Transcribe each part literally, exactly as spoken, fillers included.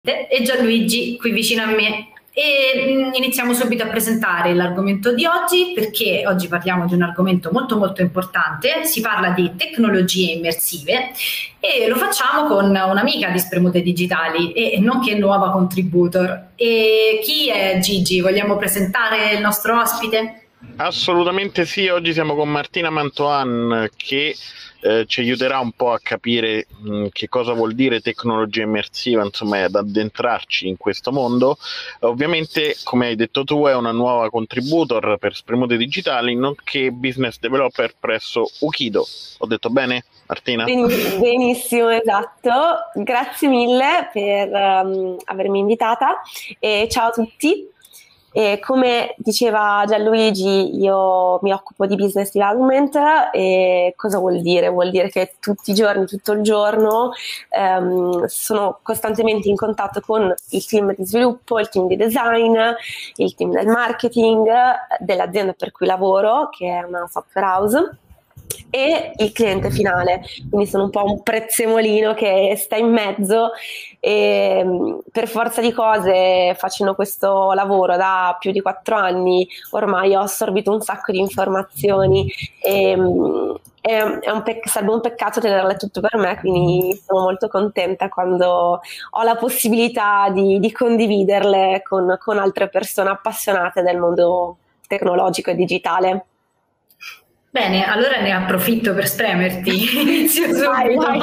E Gianluigi qui vicino a me e mh, iniziamo subito a presentare l'argomento di oggi, perché oggi parliamo di un argomento molto molto importante. Si parla di tecnologie immersive e lo facciamo con un'amica di Spremute Digitali e nonché nuova contributor. E chi è Gigi? Vogliamo presentare il nostro ospite? Assolutamente sì, oggi siamo con Martina Mantoan che eh, ci aiuterà un po' a capire mh, che cosa vuol dire tecnologia immersiva, insomma, ad addentrarci in questo mondo. Ovviamente, come hai detto tu, è una nuova contributor per Spremute Digitali, nonché business developer presso Ukido. Ho detto bene, Martina? Benissimo, esatto. Grazie mille per um, avermi invitata e ciao a tutti. E come diceva Gianluigi, io mi occupo di business development. E cosa vuol dire? Vuol dire che tutti i giorni, tutto il giorno, um, sono costantemente in contatto con il team di sviluppo, il team di design, il team del marketing dell'azienda per cui lavoro, che è una software house, e il cliente finale, quindi sono un po' un prezzemolino che sta in mezzo e per forza di cose, facendo questo lavoro da più di quattro anni, ormai ho assorbito un sacco di informazioni e è, è un pec- sarebbe un peccato tenerle tutto per me, quindi sono molto contenta quando ho la possibilità di, di condividerle con, con altre persone appassionate del mondo tecnologico e digitale. Bene, allora ne approfitto per spremerti, inizio subito. Vai, vai.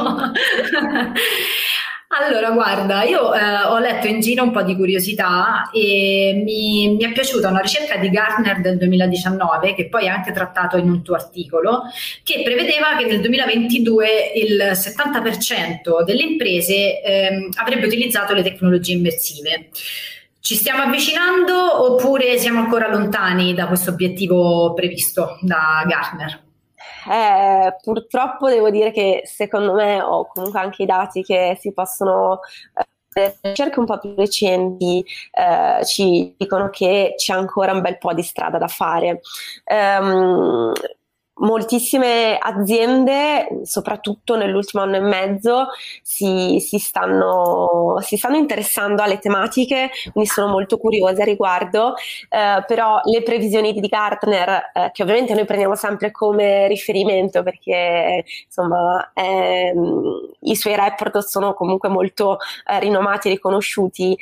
Allora, guarda, io eh, ho letto in giro un po' di curiosità e mi, mi è piaciuta una ricerca di Gartner del duemiladiciannove, che poi hai anche trattato in un tuo articolo, che prevedeva che nel duemilaventidue il settanta per cento delle imprese ehm, avrebbe utilizzato le tecnologie immersive. Ci stiamo avvicinando oppure siamo ancora lontani da questo obiettivo previsto da Gartner? Eh, purtroppo devo dire che secondo me, o comunque anche i dati che si possono, eh, ricerche un po' più recenti, eh, ci dicono che c'è ancora un bel po' di strada da fare. Um, Moltissime aziende, soprattutto nell'ultimo anno e mezzo, si, si stanno, si stanno interessando alle tematiche, quindi sono molto curiose a riguardo, eh, però le previsioni di Gartner, eh, che ovviamente noi prendiamo sempre come riferimento perché insomma ehm, i suoi report sono comunque molto eh, rinomati e riconosciuti,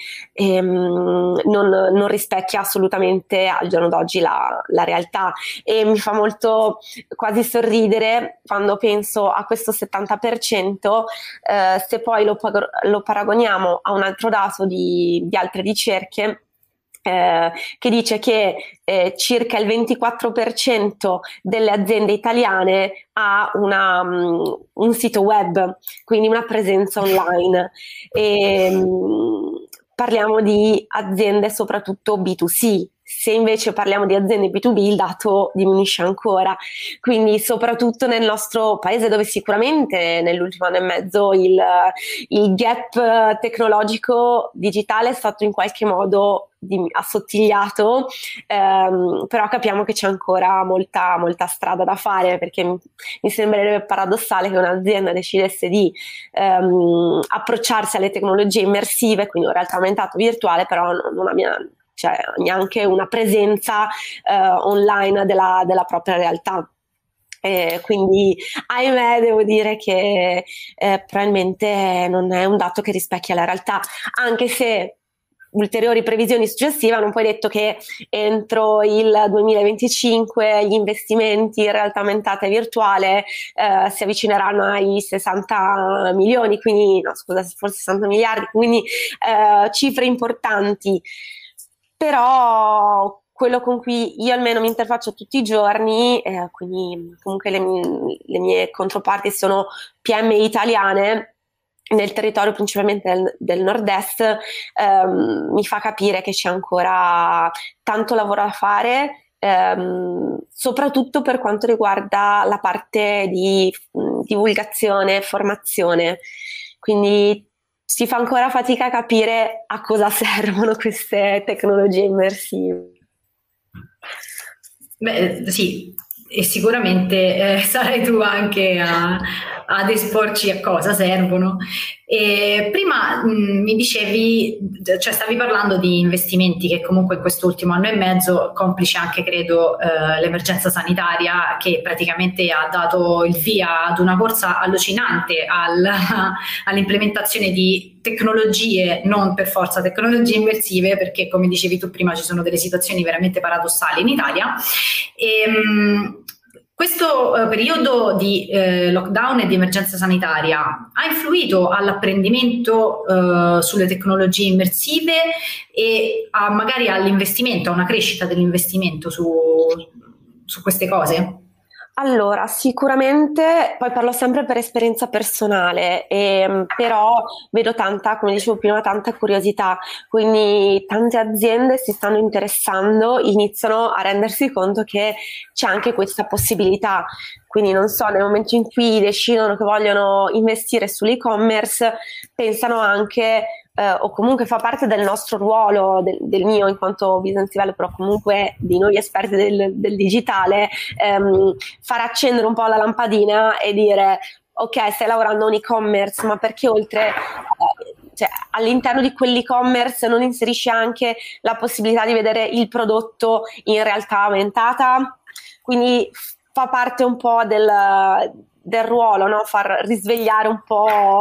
ehm, non, non rispecchia assolutamente al giorno d'oggi la, la realtà, e mi fa molto quasi sorridere quando penso a questo settanta per cento, eh, se poi lo, lo paragoniamo a un altro dato di, di altre ricerche, eh, che dice che eh, circa il ventiquattro per cento delle aziende italiane ha una, um, un sito web, quindi una presenza online. E, um, parliamo di aziende soprattutto B due C. Se invece parliamo di aziende B due B, il dato diminuisce ancora. Quindi soprattutto nel nostro paese, dove sicuramente nell'ultimo anno e mezzo il, il gap tecnologico digitale è stato in qualche modo assottigliato, ehm, però capiamo che c'è ancora molta, molta strada da fare, perché mi, mi sembrerebbe paradossale che un'azienda decidesse di ehm, approcciarsi alle tecnologie immersive, quindi un realtà aumentato virtuale, però non, non abbia cioè neanche una presenza eh, online della, della propria realtà. Eh, quindi ahimè devo dire che eh, probabilmente non è un dato che rispecchia la realtà, anche se ulteriori previsioni successive hanno poi detto che entro il duemilaventicinque gli investimenti in realtà aumentata e virtuale eh, si avvicineranno ai sessanta milioni, quindi no scusa, forse sessanta miliardi, quindi eh, cifre importanti. Però quello con cui io almeno mi interfaccio tutti i giorni, eh, quindi comunque le, le mie controparti sono P M I italiane nel territorio principalmente del, del nord-est, ehm, mi fa capire che c'è ancora tanto lavoro da fare, ehm, soprattutto per quanto riguarda la parte di mh, divulgazione, formazione. Quindi si fa ancora fatica a capire a cosa servono queste tecnologie immersive. Beh, sì, e sicuramente eh, sarai tu anche a, ad esporci a cosa servono. E prima mh, mi dicevi, cioè stavi parlando di investimenti che comunque in quest'ultimo anno e mezzo, complice anche credo eh, l'emergenza sanitaria che praticamente ha dato il via ad una corsa allucinante al, all'implementazione di tecnologie, non per forza tecnologie immersive, perché come dicevi tu prima ci sono delle situazioni veramente paradossali in Italia. E, mh, questo eh, periodo di eh, lockdown e di emergenza sanitaria ha influito all'apprendimento eh, sulle tecnologie immersive e a, magari all'investimento, a una crescita dell'investimento su, su queste cose? Allora, sicuramente, poi parlo sempre per esperienza personale, e, però vedo tanta, come dicevo prima, tanta curiosità, quindi tante aziende si stanno interessando, iniziano a rendersi conto che c'è anche questa possibilità. Quindi non so, nel momento in cui decidono che vogliono investire sull'e-commerce, pensano anche, eh, o comunque fa parte del nostro ruolo, del, del mio in quanto business developer, però comunque di noi esperti del, del digitale, ehm, far accendere un po' la lampadina e dire ok, stai lavorando a un e-commerce, ma perché oltre... Eh, cioè, all'interno di quell'e-commerce non inserisci anche la possibilità di vedere il prodotto in realtà aumentata? Quindi fa parte un po' del, del ruolo, no? Far risvegliare un po'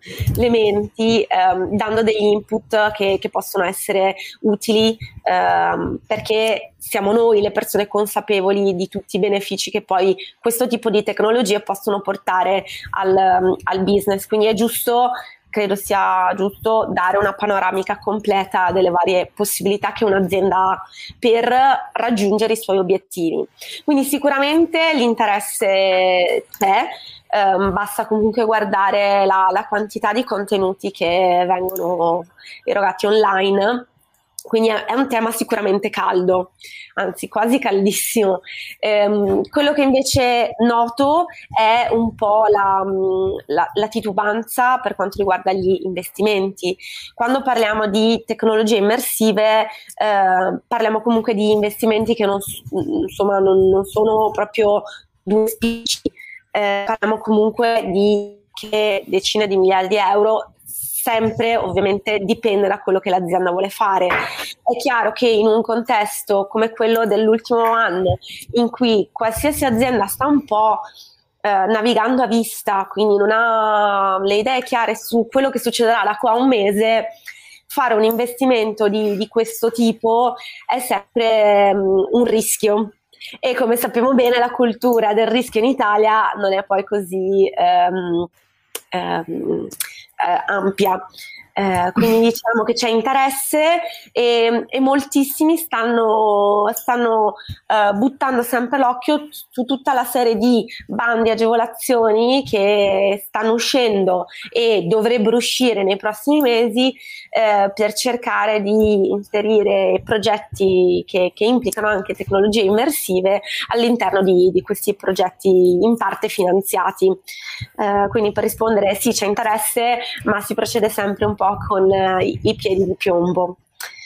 le menti, ehm, dando degli input che, che possono essere utili, ehm, perché siamo noi le persone consapevoli di tutti i benefici che poi questo tipo di tecnologie possono portare al, al business. Quindi è giusto, credo sia giusto dare una panoramica completa delle varie possibilità che un'azienda ha per raggiungere i suoi obiettivi. Quindi sicuramente l'interesse c'è, ehm, basta comunque guardare la, la quantità di contenuti che vengono erogati online. Quindi è un tema sicuramente caldo, anzi quasi caldissimo. Ehm, quello che invece noto è un po' la, la, la titubanza per quanto riguarda gli investimenti. Quando parliamo di tecnologie immersive, eh, parliamo comunque di investimenti che non, insomma, non, non sono proprio due spicci, eh, parliamo comunque di che decine di migliaia di euro. Sempre ovviamente dipende da quello che l'azienda vuole fare. È chiaro che in un contesto come quello dell'ultimo anno, in cui qualsiasi azienda sta un po' eh, navigando a vista, quindi non ha le idee chiare su quello che succederà da qua a un mese, fare un investimento di, di questo tipo è sempre um, un rischio. E come sappiamo bene, la cultura del rischio in Italia non è poi così um, um, Eh, ampia, eh, quindi diciamo che c'è interesse e, e moltissimi stanno, stanno eh, buttando sempre l'occhio su tutta la serie di bandi, agevolazioni che stanno uscendo e dovrebbero uscire nei prossimi mesi eh, per cercare di inserire progetti che, che implicano anche tecnologie immersive all'interno di, di questi progetti in parte finanziati. Eh, quindi per rispondere sì, c'è interesse, ma si procede sempre un po' con eh, i, i piedi di piombo.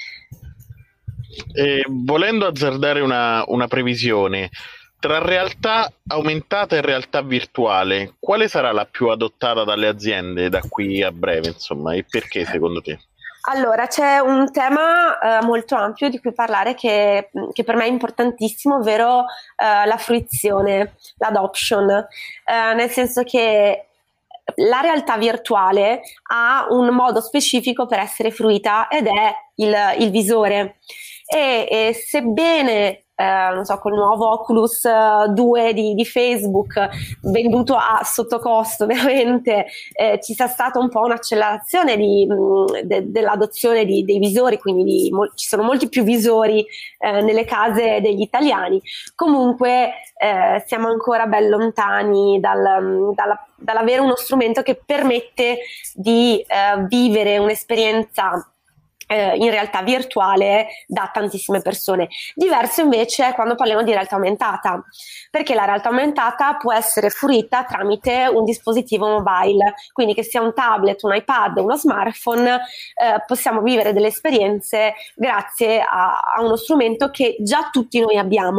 E volendo azzardare una, una previsione, tra realtà aumentata e realtà virtuale, quale sarà la più adottata dalle aziende da qui a breve, insomma, e perché secondo te? Allora, c'è un tema eh, molto ampio di cui parlare che, che per me è importantissimo, ovvero eh, la fruizione, l'adoption, eh, nel senso che la realtà virtuale ha un modo specifico per essere fruita ed è il, il visore e, e sebbene eh, non so, col nuovo Oculus due di, di Facebook venduto a sottocosto veramente eh, ci sia stata un po' un'accelerazione di, de, dell'adozione di, dei visori, quindi di, mo, ci sono molti più visori eh, nelle case degli italiani. Comunque eh, siamo ancora ben lontani dal, dalla, dall'avere uno strumento che permette di eh, vivere un'esperienza in realtà virtuale da tantissime persone. Diverso invece è quando parliamo di realtà aumentata, perché la realtà aumentata può essere fruita tramite un dispositivo mobile, quindi che sia un tablet, un iPad, uno smartphone, eh, possiamo vivere delle esperienze grazie a, a uno strumento che già tutti noi abbiamo.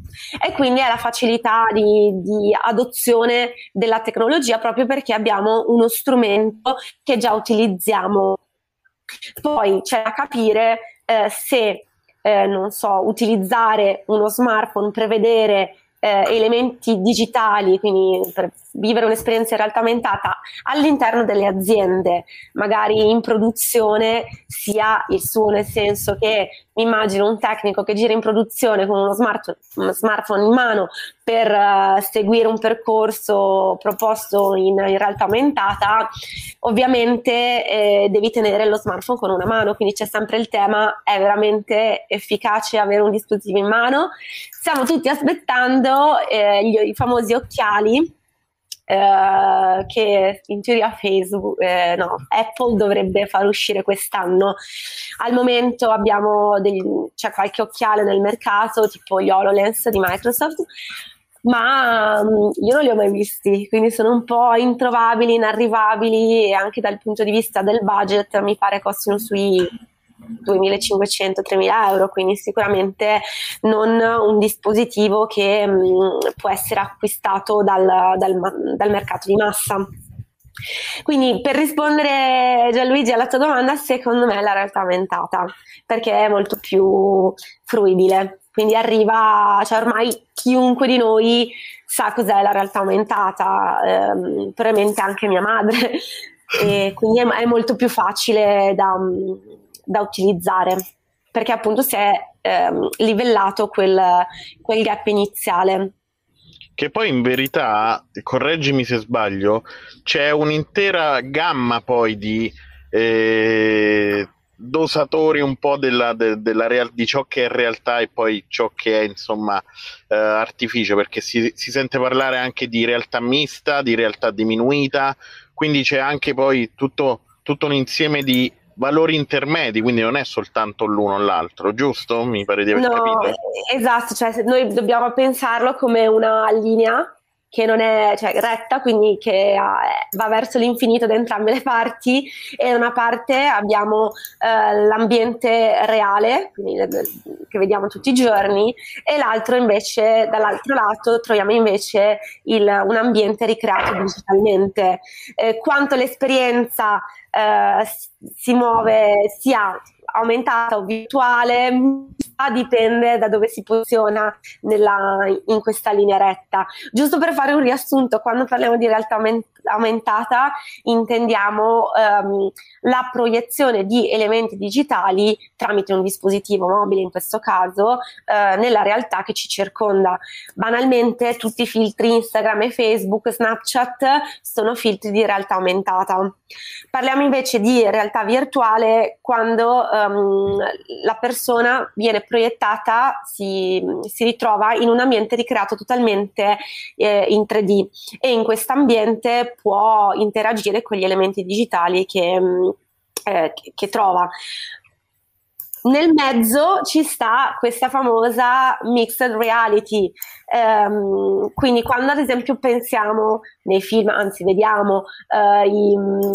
e quindi è la facilità di, di adozione della tecnologia, proprio perché abbiamo uno strumento che già utilizziamo. Poi c'è da capire eh, se eh, non so, utilizzare uno smartphone, prevedere eh, elementi digitali, quindi per vivere un'esperienza in realtà aumentata all'interno delle aziende, magari in produzione, sia il suo, nel senso che mi immagino un tecnico che gira in produzione con uno smart, uno smartphone in mano per uh, seguire un percorso proposto in, in realtà aumentata. Ovviamente eh, devi tenere lo smartphone con una mano, quindi c'è sempre il tema: è veramente efficace avere un dispositivo in mano? Stiamo tutti aspettando eh, gli, i famosi occhiali eh, che in teoria Facebook, eh, no, Apple dovrebbe far uscire quest'anno. Al momento abbiamo degli, c'è qualche occhiale nel mercato, tipo gli HoloLens di Microsoft, ma um, io non li ho mai visti, quindi sono un po' introvabili, inarrivabili, e anche dal punto di vista del budget mi pare costino sui duemilacinquecento tremila euro, quindi sicuramente non un dispositivo che um, può essere acquistato dal, dal, dal mercato di massa. Quindi, per rispondere, Gianluigi, alla tua domanda, secondo me è la realtà aumentata, perché è molto più fruibile, quindi arriva, cioè ormai chiunque di noi sa cos'è la realtà aumentata, ehm, probabilmente anche mia madre, e quindi è, è molto più facile da, da utilizzare, perché appunto si è ehm, livellato quel, quel gap iniziale. Che poi in verità, correggimi se sbaglio, c'è un'intera gamma poi di eh, dosatori un po' della, de, della real, di ciò che è realtà e poi ciò che è insomma eh, artificio, perché si, si sente parlare anche di realtà mista, di realtà diminuita, quindi c'è anche poi tutto, tutto un insieme di valori intermedi, quindi non è soltanto l'uno o l'altro, giusto? Mi pare di aver no, capito. Esatto, cioè noi dobbiamo pensarlo come una linea che non è, cioè, retta, quindi che ha, va verso l'infinito da entrambe le parti, e da una parte abbiamo eh, l'ambiente reale, quindi, che vediamo tutti i giorni, e l'altro invece, dall'altro lato troviamo invece il, un ambiente ricreato digitalmente. Eh, quanto l'esperienza eh, si muove sia aumentata o virtuale dipende da dove si posiziona nella, in questa linea retta. Giusto per fare un riassunto, quando parliamo di realtà aumentata intendiamo um, la proiezione di elementi digitali tramite un dispositivo mobile, in questo caso, uh, nella realtà che ci circonda. Banalmente tutti i filtri Instagram e Facebook, Snapchat sono filtri di realtà aumentata. Parliamo invece di realtà virtuale quando um, la persona viene proiettata, si, si ritrova in un ambiente ricreato totalmente eh, in tre D, e in questo ambiente può interagire con gli elementi digitali che, eh, che trova. Nel mezzo ci sta questa famosa mixed reality, um, quindi quando ad esempio pensiamo nei film, anzi vediamo uh, i,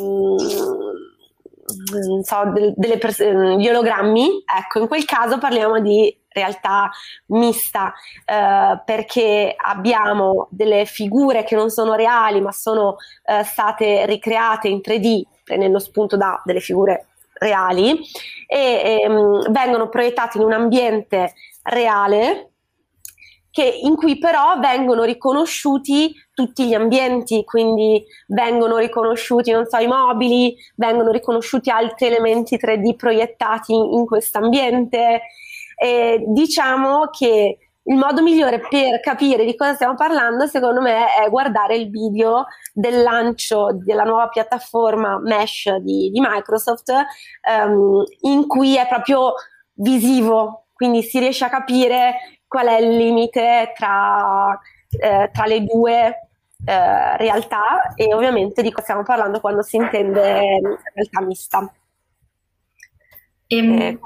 non so, de- delle pers- gli ologrammi, ecco, in quel caso parliamo di realtà mista, eh, perché abbiamo delle figure che non sono reali ma sono eh, state ricreate in tre D, prendendo spunto da delle figure reali, e ehm, vengono proiettate in un ambiente reale, che, in cui però vengono riconosciuti tutti gli ambienti, quindi vengono riconosciuti, non so, i mobili, vengono riconosciuti altri elementi tre D proiettati in, in questo ambiente. E diciamo che il modo migliore per capire di cosa stiamo parlando, secondo me, è guardare il video del lancio della nuova piattaforma Mesh di, di Microsoft, um, in cui è proprio visivo, quindi si riesce a capire qual è il limite tra, eh, tra le due eh, realtà, e ovviamente di cosa stiamo parlando quando si intende realtà mista. Ehm, eh.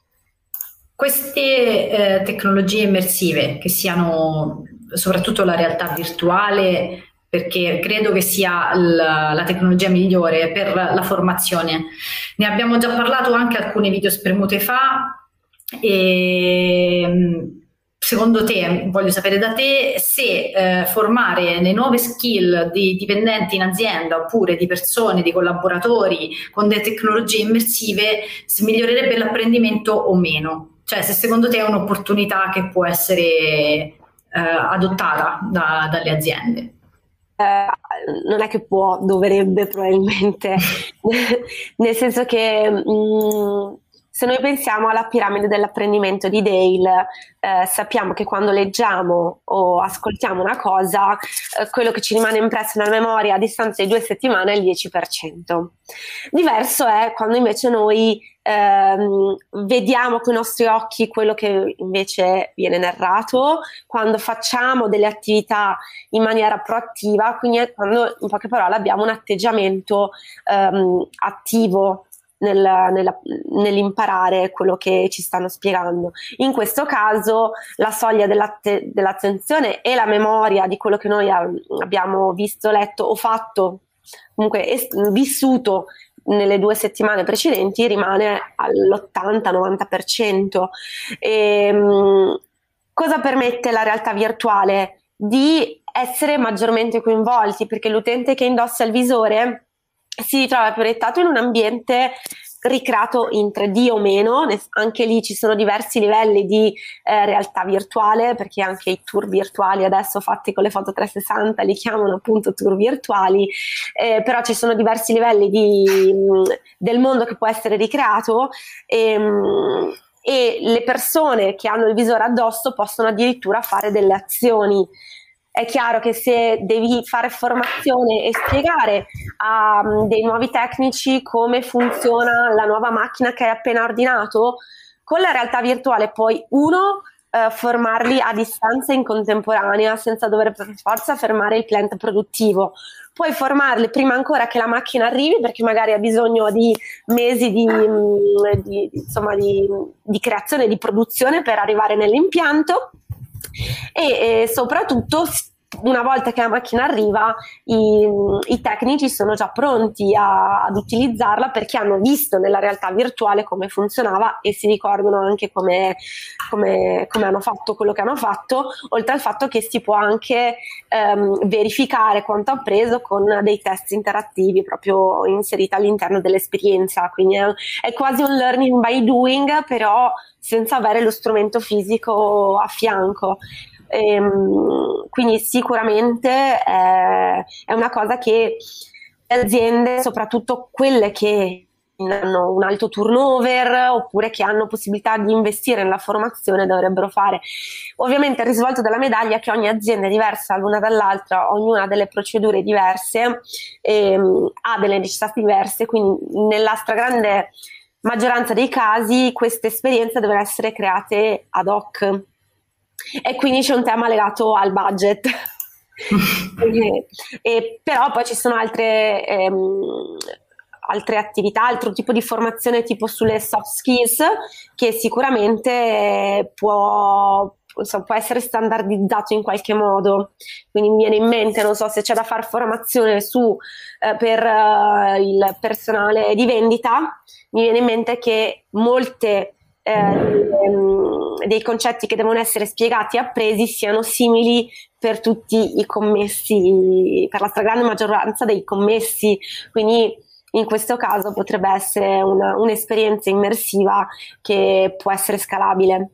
Queste eh, tecnologie immersive, che siano soprattutto la realtà virtuale, perché credo che sia la, la tecnologia migliore per la formazione, ne abbiamo già parlato anche alcune video spremute fa, e secondo te, voglio sapere da te, se eh, formare le nuove skill di dipendenti in azienda oppure di persone, di collaboratori con delle tecnologie immersive, se migliorerebbe l'apprendimento o meno. Cioè, se secondo te è un'opportunità che può essere eh, adottata da, dalle aziende. Eh, non è che può, dovrebbe probabilmente, nel senso che mh, se noi pensiamo alla piramide dell'apprendimento di Dale, eh, sappiamo che quando leggiamo o ascoltiamo una cosa, eh, quello che ci rimane impresso nella memoria a distanza di due settimane è il dieci per cento. Diverso è quando invece noi ehm, vediamo con i nostri occhi quello che invece viene narrato, quando facciamo delle attività in maniera proattiva, quindi è quando, in poche parole, abbiamo un atteggiamento ehm, attivo Nel, nella, nell'imparare quello che ci stanno spiegando. In questo caso la soglia dell'atte, dell'attenzione e la memoria di quello che noi abbiamo visto, letto o fatto, comunque es- vissuto nelle due settimane precedenti, rimane all'ottanta novanta per cento. E, mh, cosa permette la realtà virtuale? Di essere maggiormente coinvolti, perché l'utente che indossa il visore si ritrova proiettato in un ambiente ricreato in tre D o meno, anche lì ci sono diversi livelli di eh, realtà virtuale, perché anche i tour virtuali adesso fatti con le foto trecentosessanta li chiamano appunto tour virtuali, eh, però ci sono diversi livelli di, mh, del mondo che può essere ricreato e, mh, e le persone che hanno il visore addosso possono addirittura fare delle azioni. È chiaro che se devi fare formazione e spiegare a um, dei nuovi tecnici come funziona la nuova macchina che hai appena ordinato, con la realtà virtuale puoi, uno, eh, formarli a distanza in contemporanea senza dover per forza fermare il cliente produttivo. Puoi formarli prima ancora che la macchina arrivi, perché magari ha bisogno di mesi di, di, insomma, di, di creazione e di produzione per arrivare nell'impianto. E, e soprattutto una volta che la macchina arriva i, i tecnici sono già pronti a, ad utilizzarla, perché hanno visto nella realtà virtuale come funzionava e si ricordano anche come, come, come hanno fatto quello che hanno fatto, oltre al fatto che si può anche ehm, verificare quanto appreso con dei test interattivi proprio inseriti all'interno dell'esperienza, quindi è, è quasi un learning by doing, però senza avere lo strumento fisico a fianco. Ehm, quindi sicuramente è, è una cosa che le aziende, soprattutto quelle che hanno un alto turnover oppure che hanno possibilità di investire nella formazione, dovrebbero fare. Ovviamente il risvolto della medaglia è che ogni azienda è diversa l'una dall'altra, ognuna ha delle procedure diverse, ehm, ha delle necessità diverse, quindi nella stragrande maggioranza dei casi queste esperienze devono essere create ad hoc, e quindi c'è un tema legato al budget. e, e, però poi ci sono altre ehm, altre attività, altro tipo di formazione tipo sulle soft skills che sicuramente può, insomma, può essere standardizzato in qualche modo. Quindi mi viene in mente, non so se c'è da fare formazione su eh, per uh, il personale di vendita, mi viene in mente che molte eh, dei concetti che devono essere spiegati e appresi siano simili per tutti i commessi, per la stragrande maggioranza dei commessi, quindi in questo caso potrebbe essere una, un'esperienza immersiva che può essere scalabile.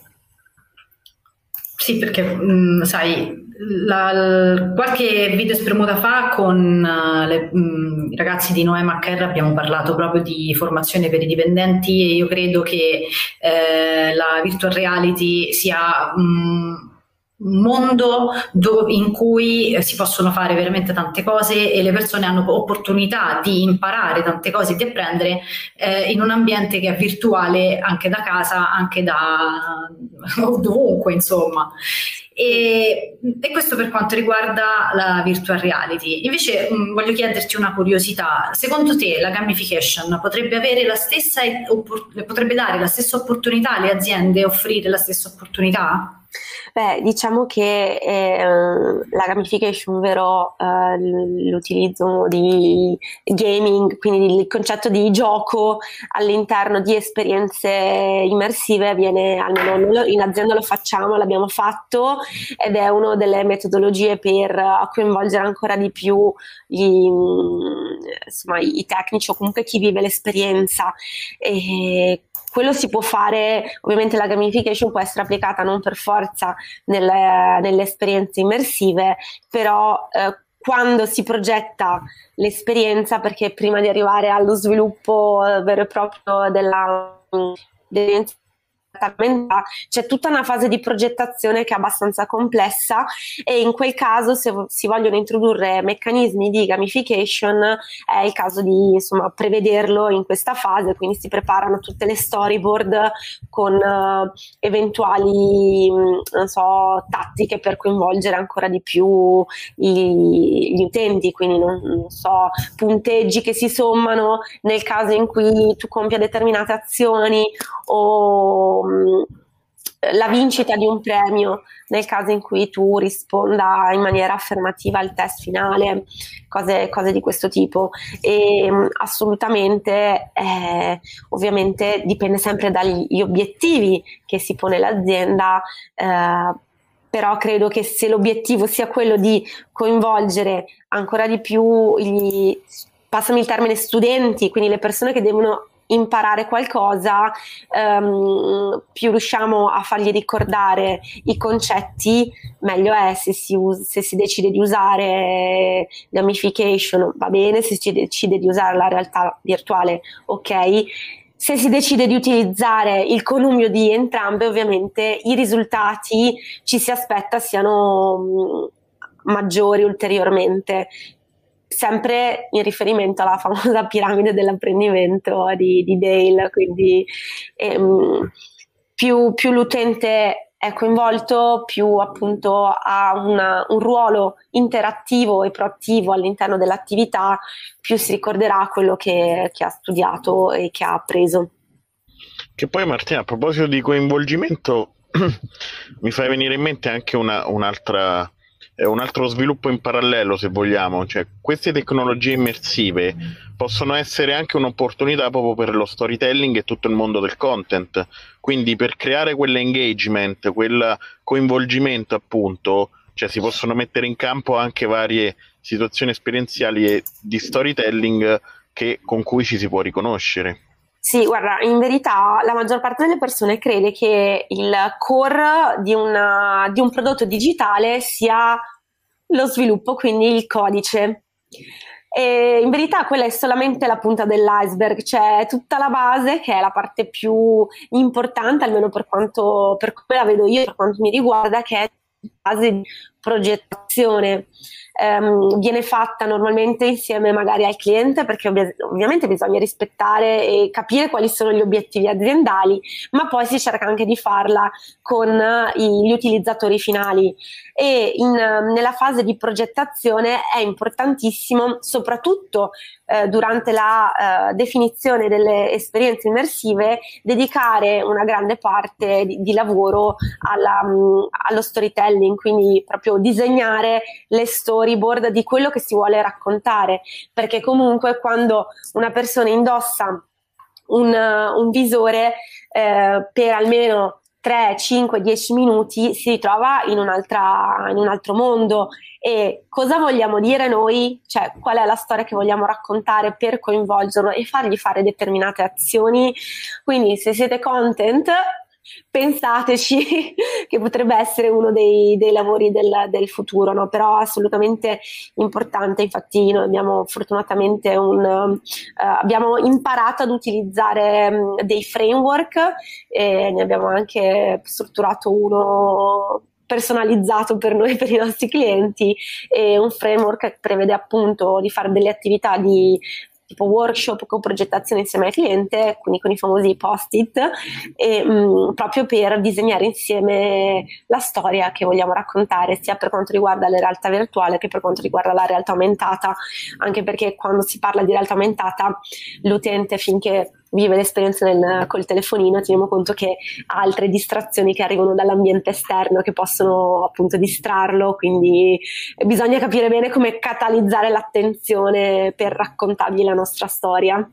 Sì, perché mh, sai, la, la, qualche video spremuta fa con uh, le, mh, i ragazzi di Noema H R abbiamo parlato proprio di formazione per i dipendenti, e io credo che eh, la virtual reality sia mh, un mondo dove, in cui si possono fare veramente tante cose e le persone hanno opportunità di imparare tante cose, di apprendere eh, in un ambiente che è virtuale, anche da casa, anche da dovunque, insomma. E, e questo per quanto riguarda la virtual reality. Invece mh, voglio chiederti una curiosità: secondo te la gamification potrebbe avere la stessa oppor- potrebbe dare la stessa opportunità alle aziende, offrire la stessa opportunità? Beh, diciamo che eh, la gamification, ovvero eh, l'utilizzo di gaming, quindi il concetto di gioco all'interno di esperienze immersive, avviene, almeno in azienda lo facciamo, l'abbiamo fatto, ed è una delle metodologie per coinvolgere ancora di più gli, insomma, i tecnici o comunque chi vive l'esperienza. E quello si può fare, ovviamente la gamification può essere applicata non per forza nelle, nelle esperienze immersive, però eh, quando si progetta l'esperienza, perché prima di arrivare allo sviluppo eh, vero e proprio della, dell'esperienza, c'è tutta una fase di progettazione che è abbastanza complessa, e in quel caso, se si vogliono introdurre meccanismi di gamification, è il caso di insomma prevederlo in questa fase, quindi si preparano tutte le storyboard con uh, eventuali non so, tattiche per coinvolgere ancora di più gli, gli utenti, quindi non, non so, punteggi che si sommano nel caso in cui tu compia determinate azioni, o la vincita di un premio nel caso in cui tu risponda in maniera affermativa al test finale, cose, cose di questo tipo. E assolutamente eh, ovviamente dipende sempre dagli obiettivi che si pone l'azienda, eh, però credo che se l'obiettivo sia quello di coinvolgere ancora di più gli, passami il termine, studenti, quindi le persone che devono imparare qualcosa, um, più riusciamo a fargli ricordare i concetti, meglio è. Se si, us- se si decide di usare gamification, va bene; se si decide di usare la realtà virtuale, ok; se si decide di utilizzare il connubio di entrambe, ovviamente i risultati ci si aspetta siano um, maggiori ulteriormente, sempre in riferimento alla famosa piramide dell'apprendimento di, di Dale. Quindi ehm, più, più l'utente è coinvolto, più appunto ha una, un ruolo interattivo e proattivo all'interno dell'attività, più si ricorderà quello che, che ha studiato e che ha appreso. Che poi, Martina, a proposito di coinvolgimento, mi fai venire in mente anche una, un'altra un altro sviluppo in parallelo, se vogliamo. Cioè, queste tecnologie immersive possono essere anche un'opportunità proprio per lo storytelling e tutto il mondo del content, quindi per creare quell'engagement, quel coinvolgimento appunto, cioè si possono mettere in campo anche varie situazioni esperienziali e di storytelling che, con cui ci si può riconoscere. Sì, guarda, in verità la maggior parte delle persone crede che il core di, una, di un prodotto digitale sia lo sviluppo, quindi il codice. E in verità quella è solamente la punta dell'iceberg, c'è tutta la base, che è la parte più importante, almeno per quanto, per come la vedo io, per quanto mi riguarda, che è la base di progettazione. Um, viene fatta normalmente insieme magari al cliente, perché ovvi- ovviamente bisogna rispettare e capire quali sono gli obiettivi aziendali, ma poi si cerca anche di farla con uh, gli utilizzatori finali. E in, uh, nella fase di progettazione è importantissimo, soprattutto uh, durante la uh, definizione delle esperienze immersive, dedicare una grande parte di, di lavoro alla, um, allo storytelling, quindi proprio disegnare le storyboard di quello che si vuole raccontare, perché comunque quando una persona indossa un, un visore eh, per almeno tre, cinque, dieci minuti si ritrova in, un'altra, in un altro mondo. E cosa vogliamo dire noi? Cioè, qual è la storia che vogliamo raccontare per coinvolgerlo e fargli fare determinate azioni? Quindi se siete content, pensateci che potrebbe essere uno dei, dei lavori del, del futuro, no? Però assolutamente importante. Infatti noi abbiamo fortunatamente un, uh, abbiamo imparato ad utilizzare um, dei framework, e ne abbiamo anche strutturato uno personalizzato per noi, per i nostri clienti, e un framework che prevede appunto di fare delle attività di tipo workshop con progettazione insieme al cliente, quindi con i famosi post-it, e, mh, proprio per disegnare insieme la storia che vogliamo raccontare, sia per quanto riguarda la realtà virtuale che per quanto riguarda la realtà aumentata, anche perché quando si parla di realtà aumentata l'utente, finché vive l'esperienza nel, col telefonino, teniamo conto che ha altre distrazioni che arrivano dall'ambiente esterno che possono appunto distrarlo, quindi bisogna capire bene come catalizzare l'attenzione per raccontargli la nostra storia.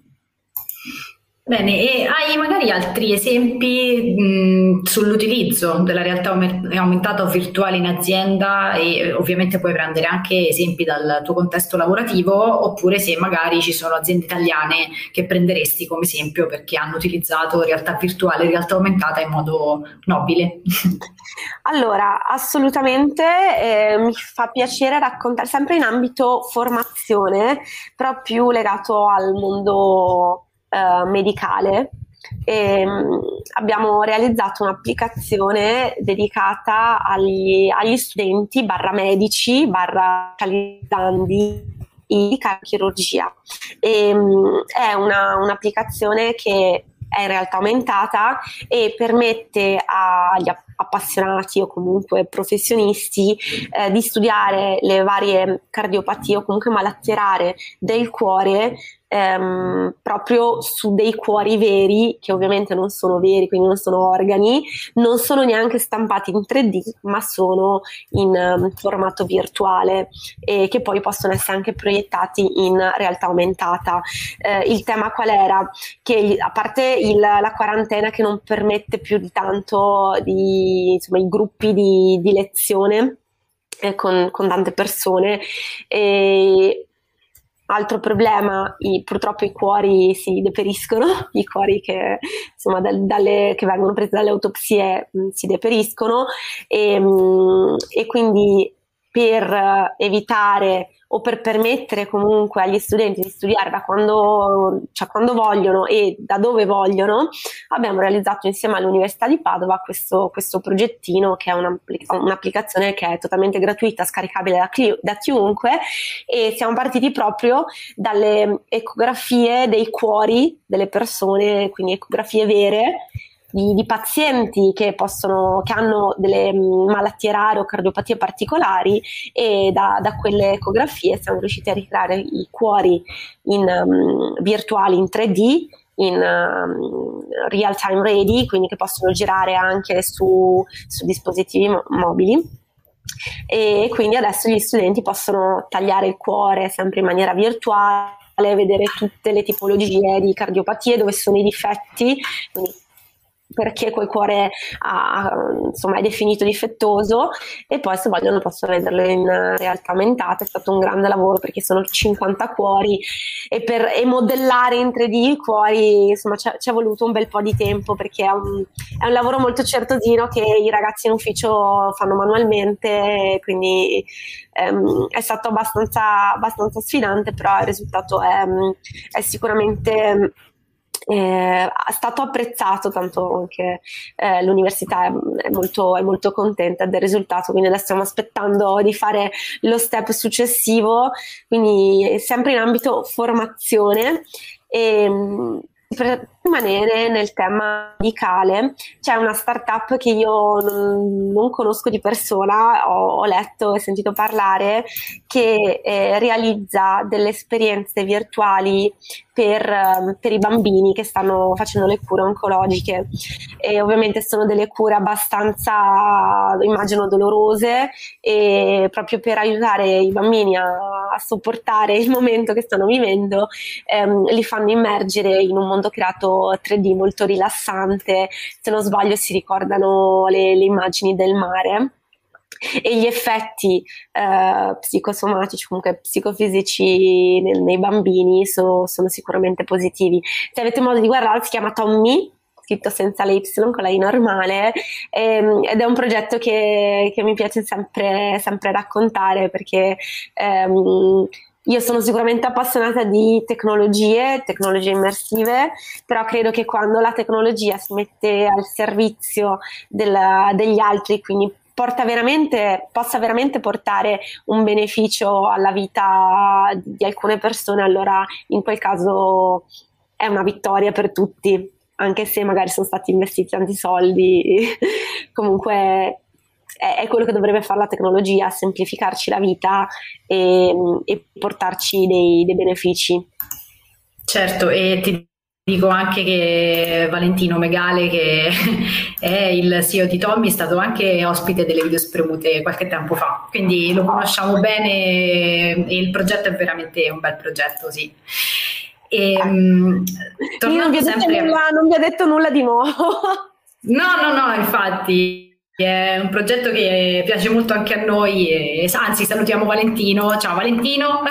Bene, e hai magari altri esempi mh, sull'utilizzo della realtà aumentata o virtuale in azienda, e ovviamente puoi prendere anche esempi dal tuo contesto lavorativo, oppure se magari ci sono aziende italiane che prenderesti come esempio perché hanno utilizzato realtà virtuale e realtà aumentata in modo nobile. Allora, assolutamente, eh, mi fa piacere raccontare sempre in ambito formazione, però più legato al mondo Uh, medicale. E, um, abbiamo realizzato un'applicazione dedicata agli, agli studenti barra medici barra specializzandi di chirurgia. E, um, è una, un'applicazione che è in realtà aumentata e permette agli appassionati o comunque professionisti eh, di studiare le varie cardiopatie o comunque malattie rare del cuore, ehm, proprio su dei cuori veri, che ovviamente non sono veri, quindi non sono organi, non sono neanche stampati in tre D, ma sono in um, formato virtuale, e che poi possono essere anche proiettati in realtà aumentata. Eh, il tema qual era? Che a parte il, la quarantena che non permette più di tanto di, insomma, i gruppi di, di lezione eh, con, con tante persone, e altro problema, i, purtroppo i cuori si deperiscono, i cuori che, insomma, dal, dalle, che vengono presi dalle autopsie mh, si deperiscono, e, mh, e quindi per evitare o per permettere comunque agli studenti di studiare da quando, cioè quando vogliono e da dove vogliono, abbiamo realizzato insieme all'Università di Padova questo, questo progettino, che è un'applicazione che è totalmente gratuita, scaricabile da, chi, da chiunque, e siamo partiti proprio dalle ecografie dei cuori delle persone, quindi ecografie vere, Di, di pazienti che possono che hanno delle malattie rare o cardiopatie particolari, e da, da quelle ecografie siamo riusciti a ricreare i cuori in um, virtuali in tre D, in um, real time ready, quindi che possono girare anche su, su dispositivi mo- mobili. E quindi adesso gli studenti possono tagliare il cuore sempre in maniera virtuale, vedere tutte le tipologie di cardiopatie, dove sono i difetti, quindi perché quel cuore ha, insomma, è definito difettoso, e poi se vogliono possono vederlo in realtà aumentata. È stato un grande lavoro perché sono cinquanta cuori, e per e modellare in tre D i cuori, insomma, ci è voluto un bel po' di tempo, perché è un, è un lavoro molto certosino che i ragazzi in ufficio fanno manualmente, quindi ehm, è stato abbastanza, abbastanza sfidante, però il risultato è, è sicuramente Eh, è stato apprezzato, tanto anche eh, l'università è, è, molto, è molto contenta del risultato, quindi adesso stiamo aspettando di fare lo step successivo, quindi sempre in ambito formazione. E per rimanere nel tema medicale, c'è una startup che io non, non conosco di persona, ho, ho letto e sentito parlare, che eh, realizza delle esperienze virtuali per, per i bambini che stanno facendo le cure oncologiche, e ovviamente sono delle cure abbastanza, immagino, dolorose, e proprio per aiutare i bambini a, a sopportare il momento che stanno vivendo, ehm, li fanno immergere in un mondo creato tre D molto rilassante. Se non sbaglio si ricordano le, le immagini del mare, e gli effetti eh, psicosomatici, comunque psicofisici nel, nei bambini so, sono sicuramente positivi. Se avete modo di guardarlo, si chiama Tommy, scritto senza l'Y, con la I normale, ehm, ed è un progetto che, che mi piace sempre, sempre raccontare, perché ehm, io sono sicuramente appassionata di tecnologie, tecnologie immersive, però credo che quando la tecnologia si mette al servizio del, degli altri, quindi porta veramente, possa veramente portare un beneficio alla vita di alcune persone, allora in quel caso è una vittoria per tutti, anche se magari sono stati investiti tanti soldi. Comunque è quello che dovrebbe fare la tecnologia, semplificarci la vita e, e portarci dei, dei benefici. Certo, e ti dico anche che Valentino Megale, che è il C E O di Tommy, è stato anche ospite delle video spremute qualche tempo fa, quindi lo conosciamo bene e il progetto è veramente un bel progetto, sì. E, um, non, vi sempre... nulla, non vi ha detto nulla di nuovo. No, no, no, infatti è un progetto che piace molto anche a noi, e, anzi salutiamo Valentino, ciao Valentino.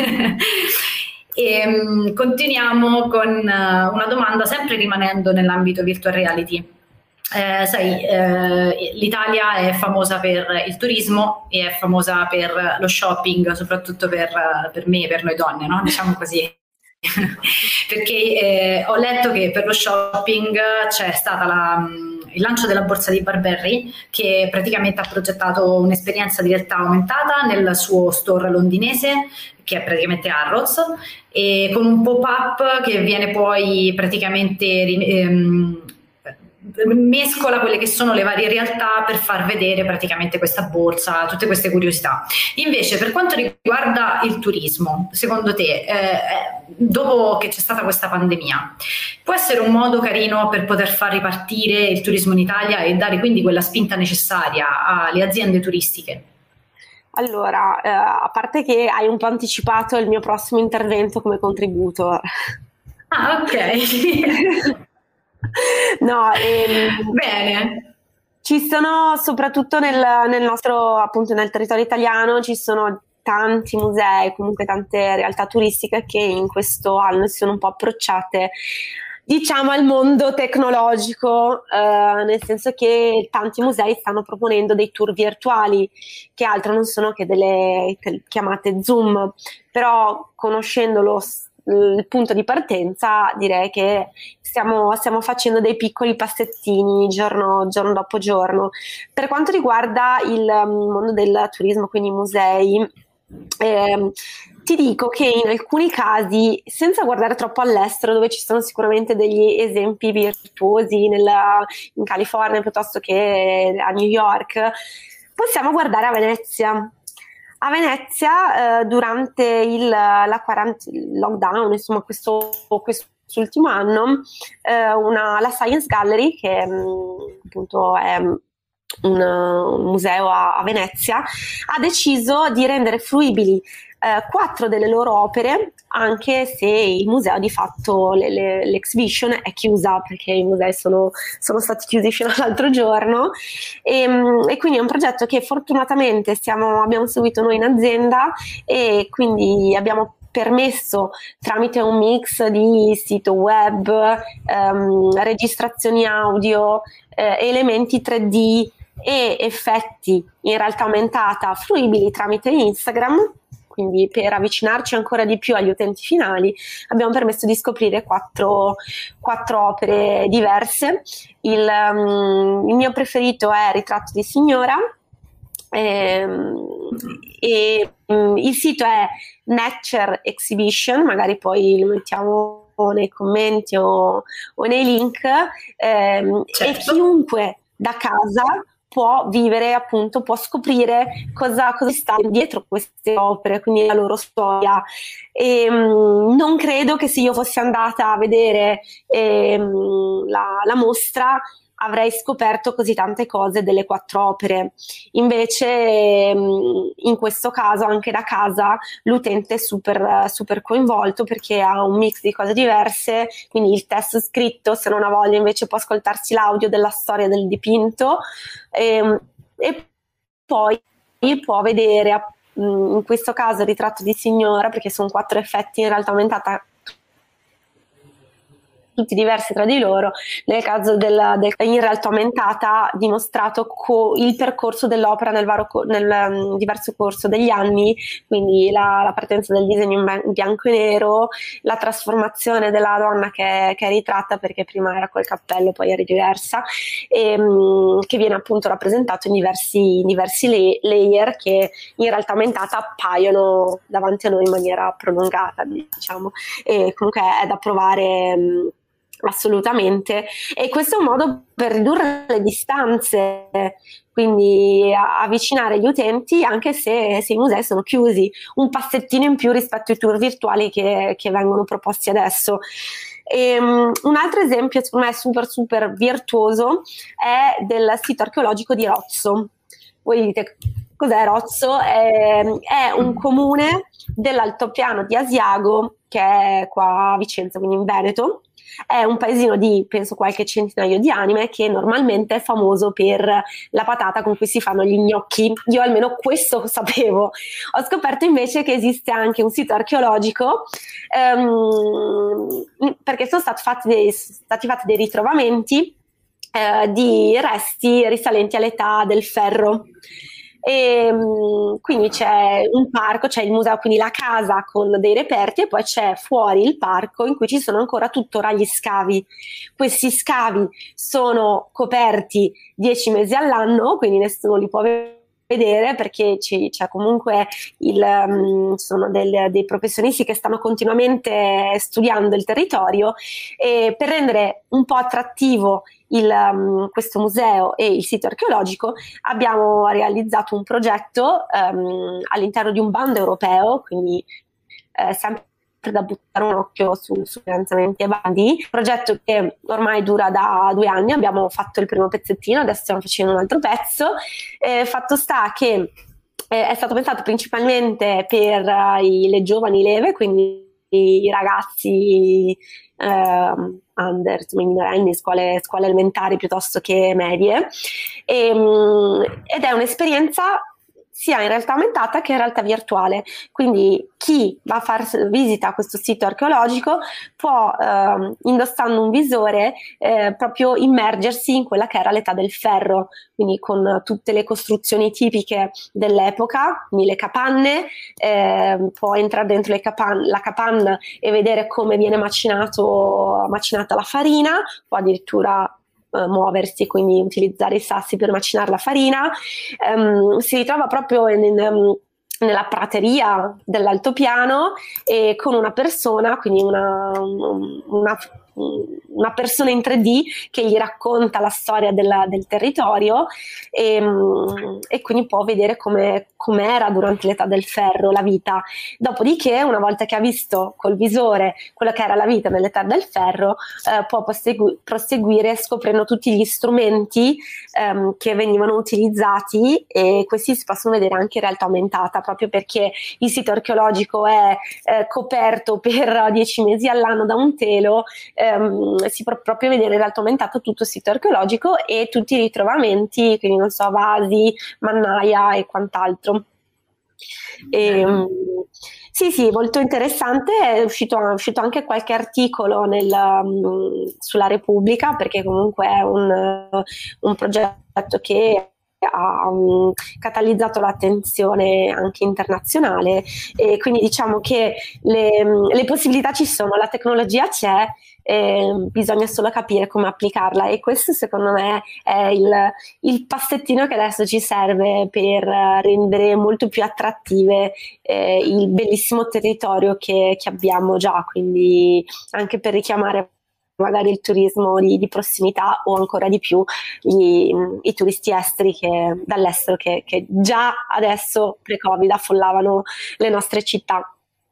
E um, continuiamo con uh, una domanda sempre rimanendo nell'ambito virtual reality. Eh, sai, eh, l'Italia è famosa per il turismo e è famosa per lo shopping, soprattutto per, per me, per noi donne, no? Diciamo così. Perché eh, ho letto che per lo shopping c'è stata la, il lancio della borsa di Burberry, che praticamente ha progettato un'esperienza di realtà aumentata nel suo store londinese, che è praticamente Harrods, e con un pop-up che viene poi praticamente ehm, mescola quelle che sono le varie realtà per far vedere praticamente questa borsa, tutte queste curiosità. Invece, per quanto riguarda il turismo, secondo te, eh, dopo che c'è stata questa pandemia, può essere un modo carino per poter far ripartire il turismo in Italia e dare quindi quella spinta necessaria alle aziende turistiche? Allora, eh, a parte che hai un po' anticipato il mio prossimo intervento come contributor. Ah, ok. No, ehm, bene. Ci sono, soprattutto nel, nel nostro, appunto nel territorio italiano, ci sono tanti musei, comunque tante realtà turistiche che in questo anno si sono un po' approcciate, diciamo, al mondo tecnologico, eh, nel senso che tanti musei stanno proponendo dei tour virtuali, che altro non sono che delle chiamate Zoom, però conoscendo lo il punto di partenza, direi che stiamo, stiamo facendo dei piccoli passettini giorno, giorno dopo giorno. Per quanto riguarda il mondo del turismo, quindi i musei, eh, ti dico che in alcuni casi, senza guardare troppo all'estero, dove ci sono sicuramente degli esempi virtuosi nella, in California piuttosto che a New York, possiamo guardare a Venezia. A Venezia, eh, durante il la quarant- il lockdown, insomma, questo, quest'ultimo anno, eh, una, la Science Gallery, che mh, appunto è un, un museo a, a Venezia, ha deciso di rendere fruibili eh, quattro delle loro opere, anche se il museo di fatto, le, le, l'exhibition è chiusa, perché i musei sono, sono stati chiusi fino all'altro giorno, e, e quindi è un progetto che fortunatamente stiamo, abbiamo seguito noi in azienda, e quindi abbiamo permesso, tramite un mix di sito web, ehm, registrazioni audio, eh, elementi tre D e effetti in realtà aumentata fruibili tramite Instagram, quindi per avvicinarci ancora di più agli utenti finali, abbiamo permesso di scoprire quattro, quattro opere diverse. Il, um, il mio preferito è Ritratto di signora, ehm, e um, il sito è Nature Exhibition, magari poi lo mettiamo nei commenti o, o nei link, ehm, certo. E chiunque da casa può vivere, appunto, può scoprire cosa, cosa sta dietro queste opere, quindi la loro storia. E, mh, non credo che se io fossi andata a vedere ehm, la, la mostra avrei scoperto così tante cose delle quattro opere. Invece in questo caso anche da casa l'utente è super, super coinvolto, perché ha un mix di cose diverse, quindi il testo scritto, se non ha voglia invece può ascoltarsi l'audio della storia del dipinto, e, e poi può vedere in questo caso il ritratto di signora, perché sono quattro effetti in realtà aumentata tutti diversi tra di loro. Nel caso del, del in realtà aumentata ha dimostrato co- il percorso dell'opera nel, varo, nel um, diverso corso degli anni, quindi la, la partenza del disegno in bianco e nero, la trasformazione della donna che, che è ritratta, perché prima era col cappello, poi era diversa, e, um, che viene appunto rappresentato in diversi, in diversi le- layer che in realtà aumentata appaiono davanti a noi in maniera prolungata, diciamo, e comunque è da provare um, assolutamente. E questo è un modo per ridurre le distanze, quindi avvicinare gli utenti anche se, se i musei sono chiusi, un passettino in più rispetto ai tour virtuali che, che vengono proposti adesso. E, um, un altro esempio, secondo me super super virtuoso, è del sito archeologico di Rozzo. Voi dite, cos'è Rozzo? È, è un comune dell'altopiano di Asiago, che è qua a Vicenza, quindi in Veneto. È un paesino di, penso, qualche centinaio di anime, che normalmente è famoso per la patata con cui si fanno gli gnocchi. Io almeno questo sapevo. Ho scoperto invece che esiste anche un sito archeologico, ehm, perché sono stati fatti dei, stati fatti dei ritrovamenti eh, di resti risalenti all'età del ferro. E, quindi c'è un parco, c'è il museo, quindi la casa con dei reperti, e poi c'è fuori il parco in cui ci sono ancora tuttora gli scavi. Questi scavi sono coperti dieci mesi all'anno, quindi nessuno li può vedere, perché c'è, c'è comunque il, um, sono del, dei professionisti che stanno continuamente studiando il territorio, e per rendere un po' attrattivo il, um, questo museo e il sito archeologico abbiamo realizzato un progetto um, all'interno di un bando europeo, quindi eh, sempre da buttare un occhio su, su finanziamenti e bandi, progetto che ormai dura da due anni. Abbiamo fatto il primo pezzettino, adesso stiamo facendo un altro pezzo. Eh, fatto sta che eh, è stato pensato principalmente per uh, i, le giovani leve, quindi i ragazzi eh, under, minorenni, scuole, scuole elementari piuttosto che medie, e, um, ed è un'esperienza sia in realtà aumentata che in realtà virtuale. Quindi chi va a far visita a questo sito archeologico può, eh, indossando un visore, eh, proprio immergersi in quella che era l'età del ferro, quindi con tutte le costruzioni tipiche dell'epoca, quindi le capanne, eh, può entrare dentro le capan- la capanna e vedere come viene macinato, macinata la farina, può addirittura Uh, muoversi, quindi utilizzare i sassi per macinare la farina. Um, si ritrova proprio in, in, um, nella prateria dell'altopiano, e con una persona, quindi una, una, una persona in tre D che gli racconta la storia della, del territorio, e, e quindi può vedere come com'era durante l'età del ferro la vita. Dopodiché, una volta che ha visto col visore quello che era la vita nell'età del ferro, eh, può prosegu- proseguire scoprendo tutti gli strumenti ehm, che venivano utilizzati, e questi si possono vedere anche in realtà aumentata, proprio perché il sito archeologico è eh, coperto per dieci mesi all'anno da un telo. ehm, si può proprio vedere in realtà aumentato tutto il sito archeologico e tutti i ritrovamenti, quindi non so, vasi, mannaia e quant'altro. E, sì, sì, molto interessante. È uscito, è uscito anche qualche articolo nel, um, sulla Repubblica, perché comunque è un, un progetto che ha um, catalizzato l'attenzione anche internazionale, e quindi diciamo che le, le possibilità ci sono, la tecnologia c'è, eh, bisogna solo capire come applicarla, e questo secondo me è il, il passettino che adesso ci serve per rendere molto più attrattive eh, il bellissimo territorio che, che abbiamo già, quindi anche per richiamare magari il turismo di, di prossimità, o ancora di più i, i turisti esteri che, dall'estero che, che già adesso pre-Covid affollavano le nostre città.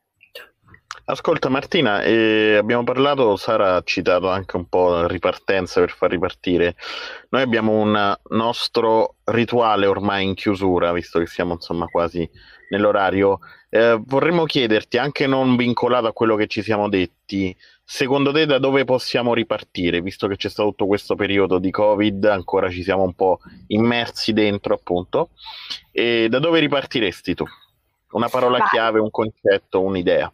Ascolta Martina, eh, abbiamo parlato, Sara ha citato anche un po' la ripartenza per far ripartire. Noi abbiamo un nostro rituale ormai in chiusura, visto che siamo insomma quasi nell'orario. Eh, vorremmo chiederti, anche non vincolato a quello che ci siamo detti, secondo te da dove possiamo ripartire, visto che c'è stato tutto questo periodo di Covid, ancora ci siamo un po' immersi dentro, appunto, e da dove ripartiresti tu? Una parola Vai. chiave, un concetto, un'idea.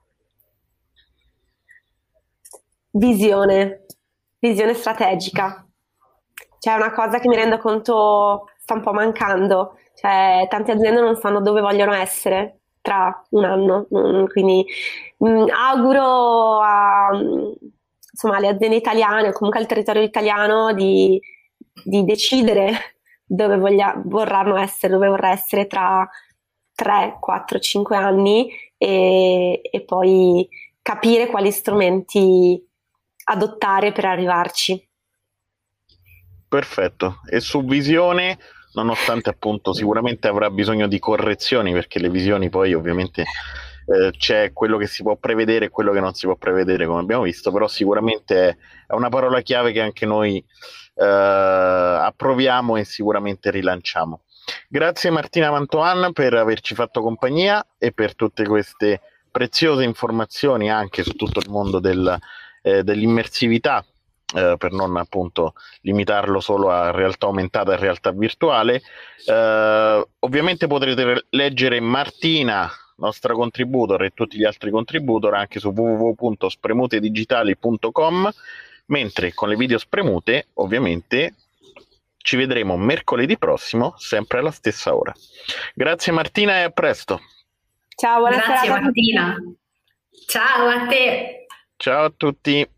Visione, visione strategica. C'è una cosa che mi rendo conto sta un po' mancando, cioè tante aziende non sanno dove vogliono essere tra un anno, quindi mh, auguro a, insomma, alle aziende italiane o comunque al territorio italiano di, di decidere dove voglia, vorranno essere, dove vorrà essere tra tre, quattro, cinque anni, e, e poi capire quali strumenti adottare per arrivarci. Perfetto. E su visione, nonostante appunto sicuramente avrà bisogno di correzioni, perché le visioni poi ovviamente eh, c'è quello che si può prevedere e quello che non si può prevedere, come abbiamo visto, però sicuramente è, è una parola chiave che anche noi eh, approviamo e sicuramente rilanciamo. Grazie Martina Mantoan per averci fatto compagnia e per tutte queste preziose informazioni anche su tutto il mondo del, eh, dell'immersività, eh, per non appunto limitarlo solo a realtà aumentata e realtà virtuale. Eh, ovviamente potrete leggere Martina, nostra contributor, e tutti gli altri contributor anche su w w w punto spremutedigital punto com, mentre con le video spremute ovviamente ci vedremo mercoledì prossimo, sempre alla stessa ora. Grazie Martina e a presto. Ciao, buona Grazie serata. Martina. Ciao a te. Ciao a tutti.